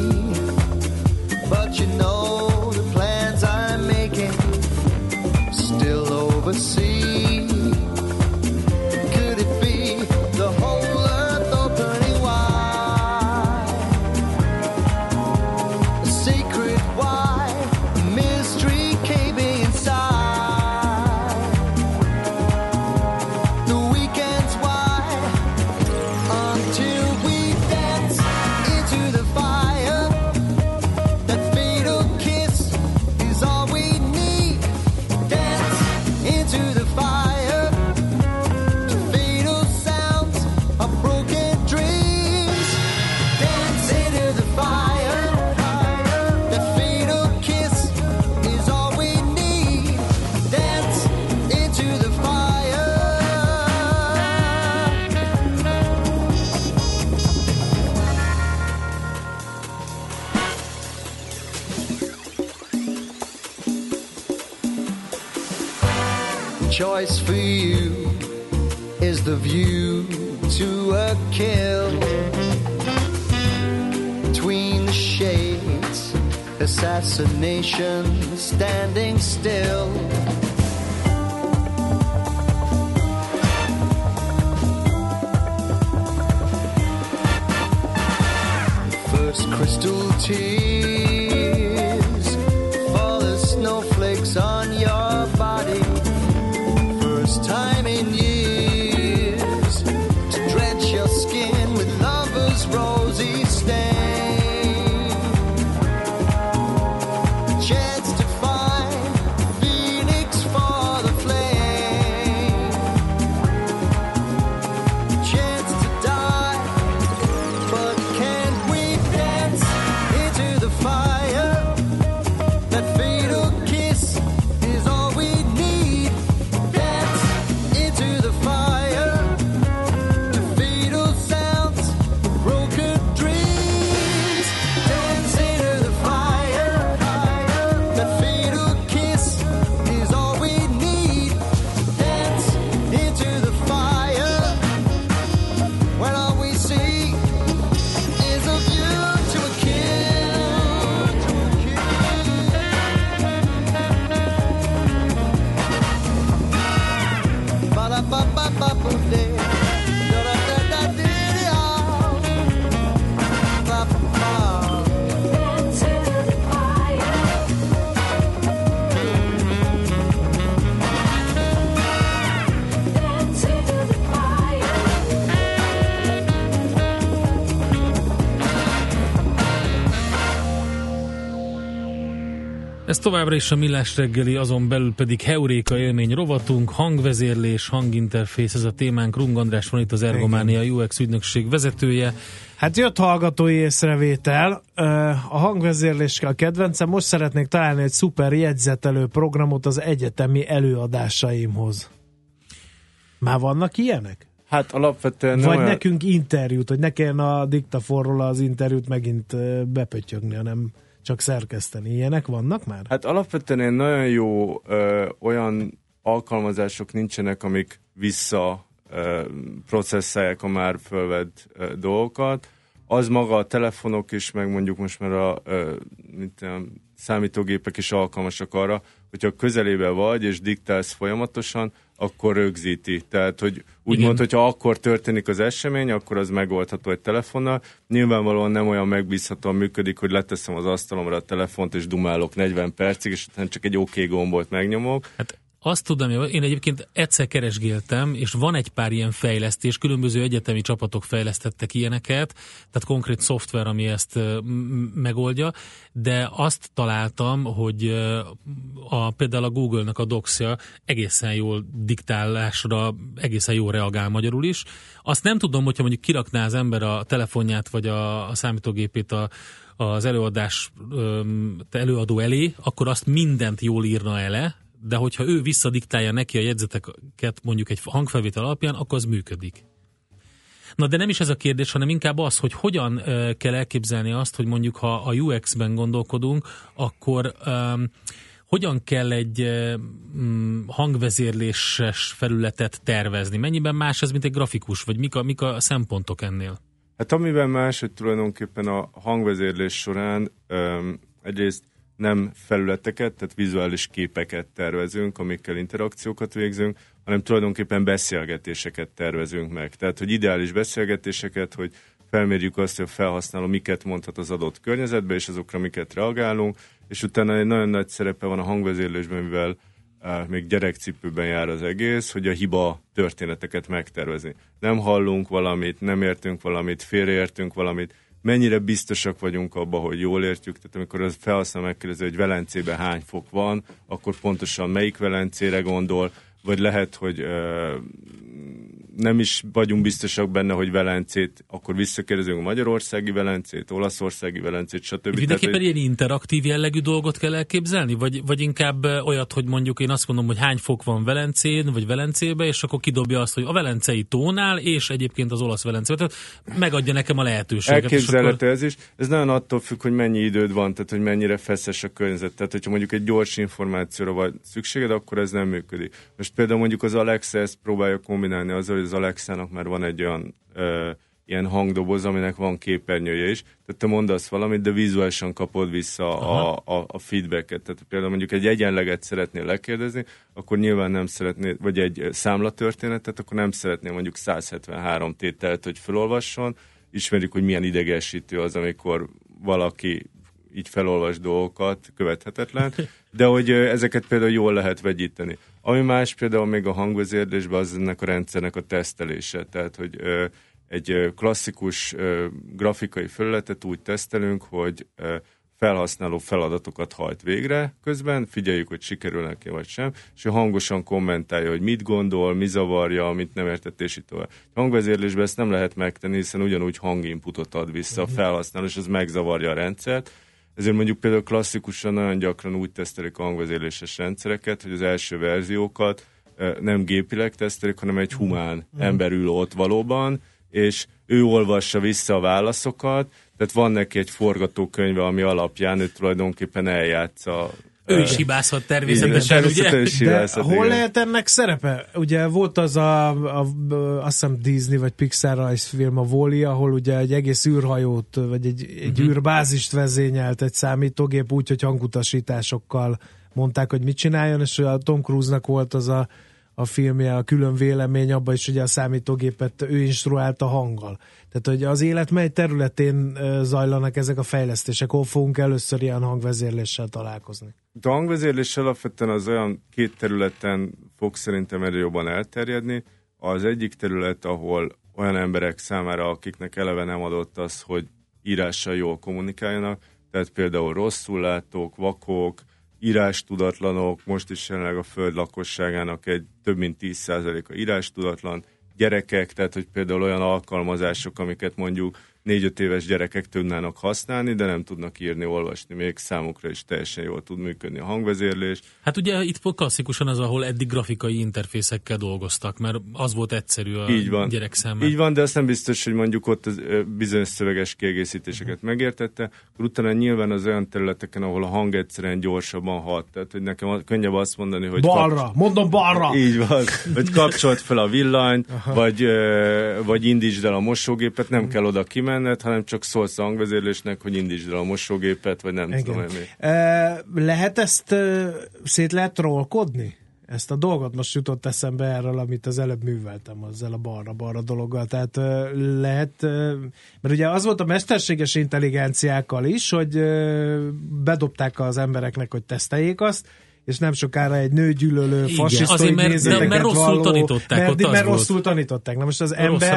choice for you is the view to a kill. Between the shades, assassination standing still. First crystal tears for the snowflakes on your body. First time in years to drench your skin with lover's rosy stain. Chance to find Phoenix for the flame. Chance to die, but can't we dance into the fire? That fatal kiss is all we need. Dance into the fire to fatal sounds, broken dreams. Dance into the fire. That fatal kiss is all we need. Dance into the fire when all we see is a view to a kill. Ba-da-ba-ba-ba-ba-dee. Ez továbbra is a Millás reggeli, azon belül pedig Heuréka élmény rovatunk, hangvezérlés, hanginterfész, ez a témánk. Rung András van itt, az Ergománia U X ügynökség vezetője. Hát jött hallgatói észrevétel, a hangvezérléskkel a kedvencem, most szeretnék találni egy szuper jegyzetelő programot az egyetemi előadásaimhoz. Már vannak ilyenek? Hát alapvetően... Vagy olyan... nekünk interjút, hogy ne kelljen a diktaforról az interjút megint bepöttyögni, hanem csak szerkeszteni. Ilyenek vannak már? Hát alapvetően nagyon jó ö, olyan alkalmazások nincsenek, amik vissza ö, processzálják a már fölvett ö, dolgokat. Az maga a telefonok is, meg mondjuk most már a ö, mint tudom, számítógépek is alkalmasak arra, hogyha közelében vagy, és diktálsz folyamatosan, akkor rögzíti. Tehát, hogy úgymond, hogyha akkor történik az esemény, akkor az megoldható egy telefonnal. Nyilvánvalóan nem olyan megbízhatóan működik, hogy leteszem az asztalomra a telefont, és dumálok negyven percig, és utána csak egy OK gombot megnyomok. Hát azt tudom, én egyébként egyszer keresgéltem, és van egy pár ilyen fejlesztés, különböző egyetemi csapatok fejlesztettek ilyeneket, tehát konkrét szoftver, ami ezt m- megoldja, de azt találtam, hogy a, például a Google-nak a Docs-ja egészen jól diktálásra, egészen jól reagál magyarul is. Azt nem tudom, hogyha mondjuk kirakná az ember a telefonját, vagy a, a számítógépét a az előadás előadó elé, akkor azt mindent jól írna ele, de hogyha ő visszadiktálja neki a jegyzeteket mondjuk egy hangfelvétel alapján, akkor az működik. Na, de nem is ez a kérdés, hanem inkább az, hogy hogyan uh, kell elképzelni azt, hogy mondjuk ha a U X-ben gondolkodunk, akkor um, hogyan kell egy um, hangvezérléses felületet tervezni? Mennyiben más ez, mint egy grafikus, vagy mik a, mik a szempontok ennél? Hát amiben más, hogy tulajdonképpen a hangvezérlés során um, egyrészt nem felületeket, tehát vizuális képeket tervezünk, amikkel interakciókat végzünk, hanem tulajdonképpen beszélgetéseket tervezünk meg. Tehát, hogy ideális beszélgetéseket, hogy felmérjük azt, hogy a felhasználó miket mondhat az adott környezetbe, és azokra miket reagálunk, és utána egy nagyon nagy szerepe van a hangvezérlésben, mivel uh, még gyerekcipőben jár az egész, hogy a hiba történeteket megtervezni. Nem hallunk valamit, nem értünk valamit, félreértünk valamit, mennyire biztosak vagyunk abban, hogy jól értjük, tehát amikor az felhasználó megkérdezi, hogy Velencében hány fok van, akkor pontosan melyik Velencére gondol, vagy lehet, hogy uh, nem is vagyunk biztosak benne, hogy Velencét, akkor visszakérdezünk a magyarországi Velencét, olaszországi Velencét, stb. Mindenképpen ilyen interaktív jellegű dolgot kell elképzelni? Vagy, vagy inkább olyat, hogy mondjuk én azt mondom, hogy hány fok van Velencén, vagy Velencébe, és akkor kidobja azt, hogy a velencei tónál, és egyébként az olasz Velencébe. Tehát megadja nekem a lehetőséget. Elképzelhető akkor... ez is. Ez nagyon attól függ, hogy mennyi időd van, tehát hogy mennyire feszes a környezet. Tehát, hogyha mondjuk egy gyors információra van szükséged, akkor ez nem működik. Most például mondjuk az Alexa ezt próbálja kombinálni azzal, hogy az Alexának már van egy olyan ö, ilyen hangdoboz, aminek van képernyője is. Tehát te mondasz valamit, de vizuálisan kapod vissza a, a, a feedbacket. Tehát például mondjuk egy egyenleget szeretnél lekérdezni, akkor nyilván nem szeretnél, vagy egy számlatörténetet, akkor nem szeretnél mondjuk száz hetvenhárom tételt, hogy felolvasson. Ismerjük, hogy milyen idegesítő az, amikor valaki így felolvas dolgokat, követhetetlen, de hogy ezeket például jól lehet vegyíteni. Ami más például még a hangvezérlésben az ennek a rendszernek a tesztelése, tehát hogy ö, egy ö, klasszikus ö, grafikai felületet úgy tesztelünk, hogy ö, felhasználó feladatokat hajt végre közben, figyeljük, hogy sikerülnek-e vagy sem, és hangosan kommentálja, hogy mit gondol, mi zavarja, mit nem értett, és így tovább. A hangvezérlésben ezt nem lehet megtenni, hiszen ugyanúgy hanginputot ad vissza a felhasználó, és ez megzavarja a rendszert. Ezért mondjuk például klasszikusan nagyon gyakran úgy tesztelik a hangvezérléses rendszereket, hogy az első verziókat nem gépileg tesztelik, hanem egy humán mm. ember ül ott valóban, és ő olvassa vissza a válaszokat, tehát van neki egy forgatókönyve, ami alapján ő tulajdonképpen eljátsza. Ő is hibázhat természetesen, ugye? Is hibázhat, hol igen. lehet ennek szerepe? Ugye volt az a, a, a azt hiszem Disney vagy Pixar rajzfilm, a Wall-E, ahol ugye egy egész űrhajót, vagy egy, egy uh-huh. űrbázist vezényelt egy számítógép úgy, hogy hangutasításokkal mondták, hogy mit csináljon, és a Tom Cruise-nak volt az a, a filmje, a külön vélemény, abban is ugye a számítógépet ő instruálta hanggal. Tehát, hogy az élet mely területén zajlanak ezek a fejlesztések, hol fogunk először ilyen hangvezérléssel találkozni? A hangvezérlés alapvetően az olyan két területen fog szerintem erre jobban elterjedni. Az egyik terület, ahol olyan emberek számára, akiknek eleve nem adott az, hogy írással jól kommunikáljanak, tehát például rosszul látók, vakok, írástudatlanok, most is jelenleg a föld lakosságának egy több mint tíz százaléka írástudatlan, gyerekek, tehát hogy például olyan alkalmazások, amiket mondjuk négy-öt éves gyerekek tudnának használni, de nem tudnak írni, olvasni, még számukra is teljesen jól tud működni a hangvezérlés. Hát ugye itt klasszikusan az, ahol eddig grafikai interfészekkel dolgoztak, mert az volt egyszerű a így van. gyerek számára. Így van, de azt nem biztos, hogy mondjuk ott az, bizonyos szöveges kiegészítéseket uh-huh. megértette, akkor utána nyilván az olyan területeken, ahol a hang egyszerűen gyorsabban hat, tehát hogy nekem könnyebb azt mondani, hogy balra, kap... mondom balra! Így van, hogy kapcsolt fel a villanyt, vagy, vagy indítsd el a mosógépet, nem uh-huh. kell oda kimenni, hanem csak szólsz a hangvezérlésnek, hogy indítsd el a mosógépet, vagy nem igen. tudom én még. E, lehet ezt e, szét lehet trollkodni? Ezt a dolgot most jutott eszembe erről, amit az előbb műveltem azzal a balra-balra dologgal. Tehát e, lehet, e, mert ugye az volt a mesterséges intelligenciákkal is, hogy e, bedobták az embereknek, hogy teszteljék azt, és nem sokára egy nőgyűlölő fasisztói nézeteket mert rosszul való, tanították. Mert, ott mert volt. rosszul tanították. Na most az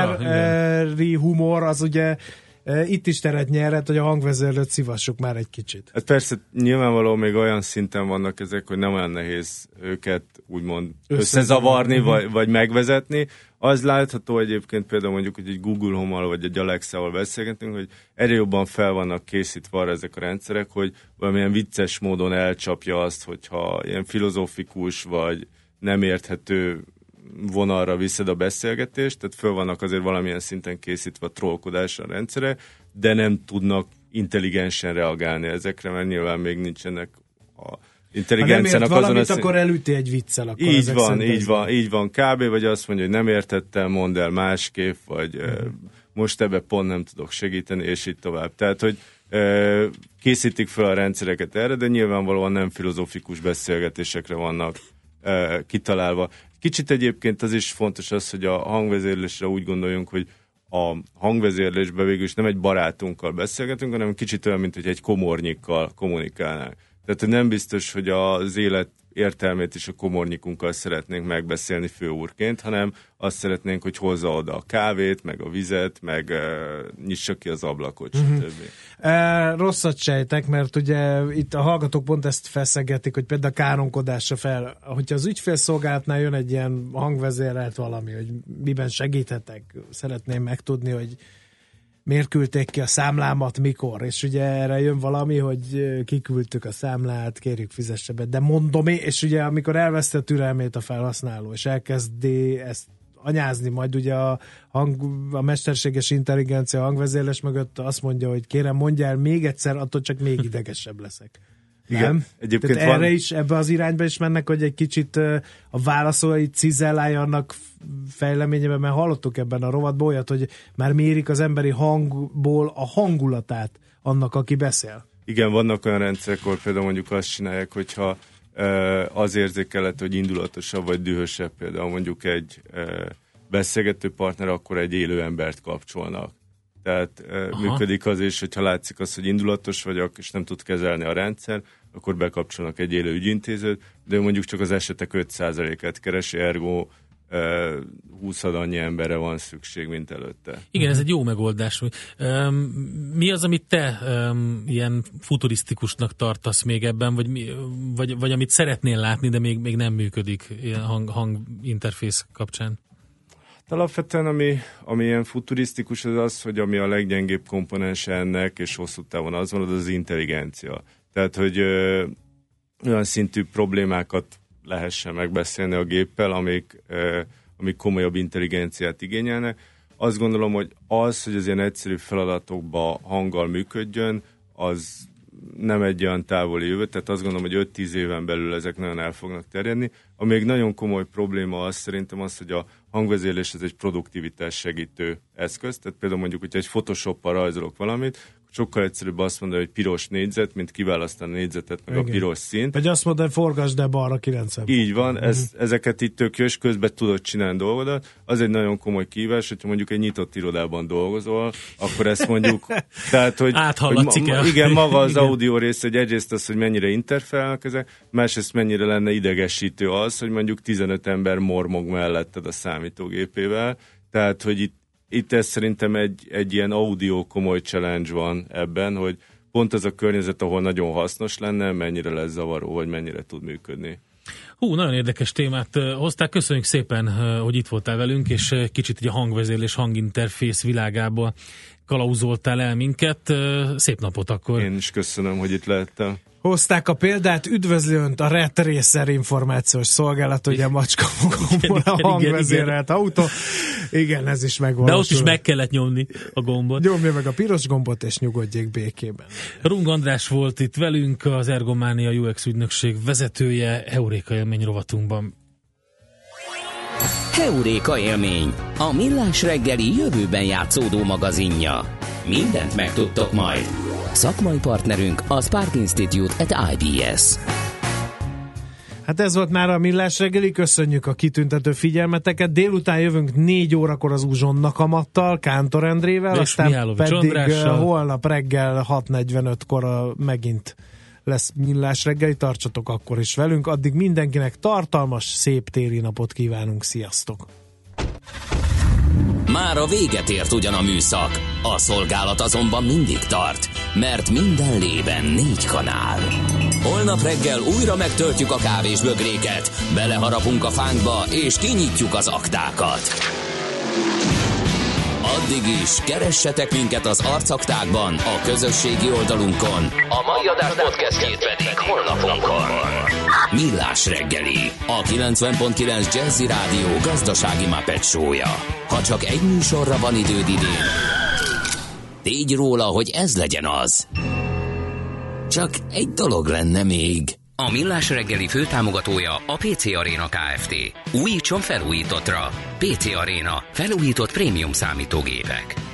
emberi humor az ugye itt is teret nyerhet, hogy a hangvezérlőt szívassuk már egy kicsit. Hát persze nyilvánvalóan még olyan szinten vannak ezek, hogy nem olyan nehéz őket úgymond összezavarni, uh-huh. vagy, vagy megvezetni. Az látható egyébként például mondjuk, hogy egy Google Home-mal vagy egy Alexa-val beszélgetünk, hogy egyre jobban fel vannak készítve arra ezek a rendszerek, hogy valamilyen vicces módon elcsapja azt, hogyha ilyen filozófikus vagy nem érthető vonalra viszed a beszélgetést, tehát föl vannak azért valamilyen szinten készítve a trollkodásra a rendszere, de nem tudnak intelligensen reagálni ezekre, mert nyilván még nincsenek a intelligenciának azon valamit, a szín... akkor elüti egy viccel. Akkor így van, így van, így van, kb. Vagy azt mondja, hogy nem értettem, mondd el másképp, vagy uh-huh. uh, most ebbe pont nem tudok segíteni, és így tovább. Tehát, hogy uh, készítik fel a rendszereket erre, de nyilvánvalóan nem filozófikus beszélgetésekre vannak uh, kitalálva. Kicsit egyébként az is fontos az, hogy a hangvezérlésre úgy gondoljunk, hogy a hangvezérlésben végül is nem egy barátunkkal beszélgetünk, hanem kicsit olyan, mint hogy egy komornyikkal kommunikálnánk. Tehát nem biztos, hogy az élet értelmét is a komornyikunkkal szeretnénk megbeszélni főúrként, hanem azt szeretnénk, hogy hozza oda a kávét, meg a vizet, meg uh, nyissa ki az ablakot, uh-huh. stb. Uh, rosszat sejtek, mert ugye itt a hallgatók pont ezt feszegetik, hogy például a káromkodásra fel, hogyha az ügyfélszolgálatnál jön egy ilyen hangvezérelt valami, hogy miben segíthetek, szeretném megtudni, hogy miért küldték ki a számlámat, mikor, és ugye erre jön valami, hogy kiküldtük a számlát, kérjük fizesse be, de mondom én, és ugye amikor elveszte a türelmét a felhasználó, és elkezdi ezt anyázni, majd ugye a, hang, a mesterséges intelligencia hangvezérlés mögött azt mondja, hogy kérem, mondja el még egyszer, attól csak még idegesebb leszek. Igen, nem? egyébként Tehát van... erre is, ebbe az irányba is mennek, hogy egy kicsit a válaszolai cizellálja annak fejleményében, mert hallottuk ebben a rovatból olyat, hogy már mérik az emberi hangból a hangulatát annak, aki beszél. Igen, vannak olyan rendszerek, ahol például mondjuk azt csinálják, hogyha az érzékelhető, hogy indulatosabb vagy dühösebb, például mondjuk egy beszélgető partner, akkor egy élő embert kapcsolnak. Tehát Aha. működik az is, hogyha látszik az, hogy indulatos vagyok, és nem tud kezelni a rendszer, akkor bekapcsolnak egy élő ügyintézőt, de mondjuk csak az esetek öt százalékát keresi, ergo húszad annyi emberre van szükség, mint előtte. Igen, ez egy jó megoldás. Mi az, amit te ilyen futurisztikusnak tartasz még ebben, vagy, vagy, vagy amit szeretnél látni, de még, még nem működik ilyen hang, hanginterfész kapcsán? Alapvetően ami, ami ilyen futurisztikus az az, hogy ami a leggyengébb komponens ennek, és hosszú távon az van, az az intelligencia. Tehát, hogy ö, olyan szintű problémákat lehessen megbeszélni a géppel, amik, ö, amik komolyabb intelligenciát igényelnek. Azt gondolom, hogy az, hogy az ilyen egyszerű feladatokba hanggal működjön, az nem egy olyan távoli jövő, tehát azt gondolom, hogy öt-tíz éven belül ezek nagyon el fognak terjedni. A még nagyon komoly probléma az szerintem az, hogy a hangvezérlés ez egy produktivitás segítő eszköz, tehát például mondjuk, hogyha egy Photoshoppal rajzolok valamit, sokkal egyszerűbb azt mondani, hogy piros négyzet, mint kiválasztani a négyzetet, meg igen. a piros színt. Vagy azt mondani, forgasd de balra kilencven. Így van, ez, mm. ezeket itt tök jó, és közben tudod csinálni dolgodat. Az egy nagyon komoly kihívás, hogyha mondjuk egy nyitott irodában dolgozol, akkor ezt mondjuk... tehát, hogy, hogy ma, igen, maga az igen. audio rész, hogy egyrészt az, hogy mennyire interferálnak ezek, másrészt mennyire lenne idegesítő az, hogy mondjuk tizenöt ember mormog melletted a számítógépével. Tehát, hogy itt Itt ez szerintem egy, egy ilyen audio komoly challenge van ebben, hogy pont az a környezet, ahol nagyon hasznos lenne, mennyire lesz zavaró, vagy mennyire tud működni. Hú, nagyon érdekes témát hozták. Köszönjük szépen, hogy itt voltál velünk, és kicsit így a hangvezérlés, hanginterfész világába kalauzoltál el minket. Szép napot akkor! Én is köszönöm, hogy itt lehettem. Hozták a példát, üdvözli Önt a Red Racer információs szolgálat, ugye a macskagomból a hangvezérelt autó. Igen, ez is megvalósul. De ott is meg kellett nyomni a gombot. Nyomja meg a piros gombot, és nyugodjék békében. Rung András volt itt velünk, az Ergománia u exz ügynökség vezetője, Heuréka élmény rovatunkban. Heuréka élmény, a millás reggeli jövőben játszódó magazinja. Mindent megtudtok majd. Szakmai partnerünk a Spark Institute at i bé es. Hát ez volt már a Millás reggeli, köszönjük a kitüntető figyelmeteket. Délután jövünk négy órakor az Uzsonna Kamattal, Kántor Endrével, aztán Mihálovics pedig Andrással. Holnap reggel hat negyvenötkor megint lesz Millás reggeli, tartsatok akkor is velünk. Addig mindenkinek tartalmas, szép téli napot kívánunk, sziasztok! Már a véget ért ugyan a műszak, a szolgálat azonban mindig tart, mert minden lében négy kanál. Holnap reggel újra megtöltjük a kávés bögréket, beleharapunk a fánkba és kinyitjuk az aktákat. Addig is keressetek minket az arcaktákban, a közösségi oldalunkon. A mai adás podcastjét pedig honlapunkon. Millás reggeli, a kilencven pont kilenc Jazzy Rádió gazdasági Muppet show-ja. Ha csak egy műsorra van időd idén, tégy róla, hogy ez legyen az. Csak egy dolog lenne még. A Millás reggeli főtámogatója a pé cé Arena Kft. Újítson felújítottra. pé cé Arena. Felújított prémium számítógépek.